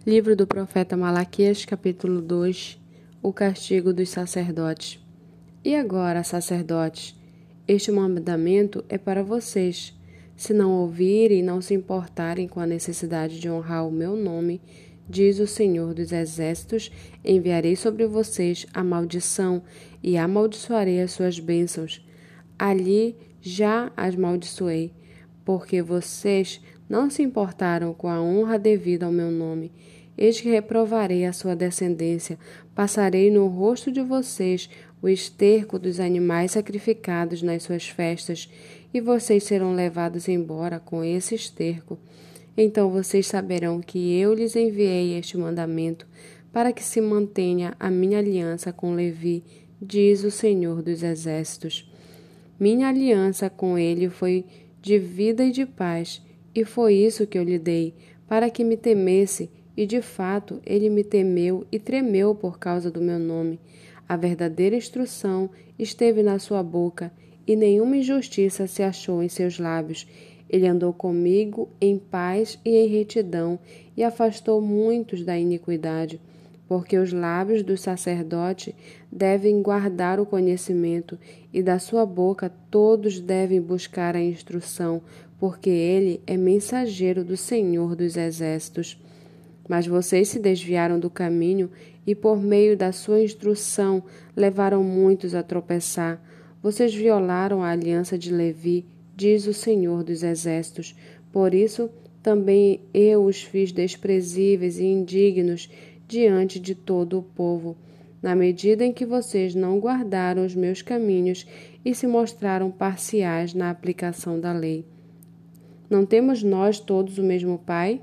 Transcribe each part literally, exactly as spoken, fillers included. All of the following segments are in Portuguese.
Livro do profeta Malaquias, capítulo dois, o castigo dos sacerdotes. E agora, sacerdotes, este mandamento é para vocês. Se não ouvirem e não se importarem com a necessidade de honrar o meu nome, diz o Senhor dos Exércitos, enviarei sobre vocês a maldição e amaldiçoarei as suas bênçãos. Ali já as maldiçoei, porque vocês não se importaram com a honra devida ao meu nome. Eis que reprovarei a sua descendência, passarei no rosto de vocês o esterco dos animais sacrificados nas suas festas, e vocês serão levados embora com esse esterco. Então vocês saberão que eu lhes enviei este mandamento, para que se mantenha a minha aliança com Levi, diz o Senhor dos Exércitos. Minha aliança com ele foi de vida e de paz, e foi isso que eu lhe dei, para que me temesse, e de fato ele me temeu e tremeu por causa do meu nome. A verdadeira instrução esteve na sua boca, e nenhuma injustiça se achou em seus lábios. Ele andou comigo em paz e em retidão, e afastou muitos da iniquidade, porque os lábios do sacerdote devem guardar o conhecimento, e da sua boca todos devem buscar a instrução, porque ele é mensageiro do Senhor dos Exércitos. Mas vocês se desviaram do caminho, e por meio da sua instrução levaram muitos a tropeçar. Vocês violaram a aliança de Levi, diz o Senhor dos Exércitos. Por isso também eu os fiz desprezíveis e indignos diante de todo o povo, na medida em que vocês não guardaram os meus caminhos e se mostraram parciais na aplicação da lei. Não temos nós todos o mesmo Pai?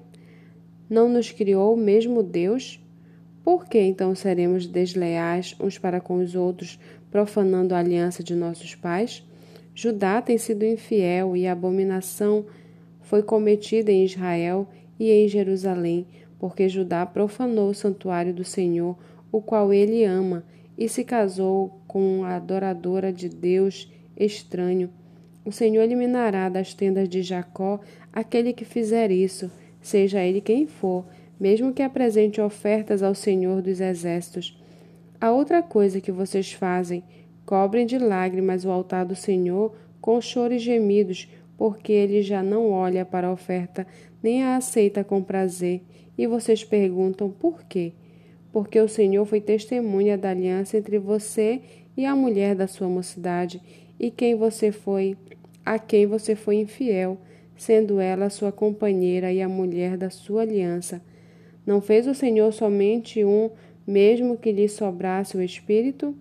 Não nos criou o mesmo Deus? Por que então seremos desleais uns para com os outros, profanando a aliança de nossos pais? Judá tem sido infiel e a abominação foi cometida em Israel e em Jerusalém, porque Judá profanou o santuário do Senhor, o qual ele ama, e se casou com a adoradora de Deus estranho. O Senhor eliminará das tendas de Jacó aquele que fizer isso, seja ele quem for, mesmo que apresente ofertas ao Senhor dos Exércitos. A outra coisa que vocês fazem, cobrem de lágrimas o altar do Senhor com choro e gemidos, porque ele já não olha para a oferta, nem a aceita com prazer. E vocês perguntam por quê? Porque o Senhor foi testemunha da aliança entre você e a mulher da sua mocidade, e quem você foi, a quem você foi infiel, sendo ela sua companheira e a mulher da sua aliança. Não fez o Senhor somente um, mesmo que lhe sobrasse o espírito?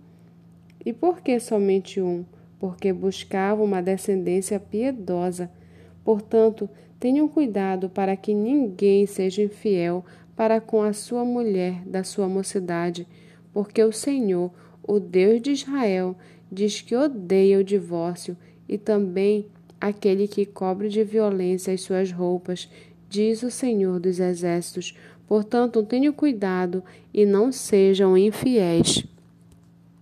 E por que somente um? Porque buscava uma descendência piedosa. Portanto, tenham cuidado para que ninguém seja infiel para com a sua mulher da sua mocidade, porque o Senhor, o Deus de Israel, diz que odeia o divórcio e também aquele que cobre de violência as suas roupas, diz o Senhor dos Exércitos. Portanto, tenham cuidado e não sejam infiéis.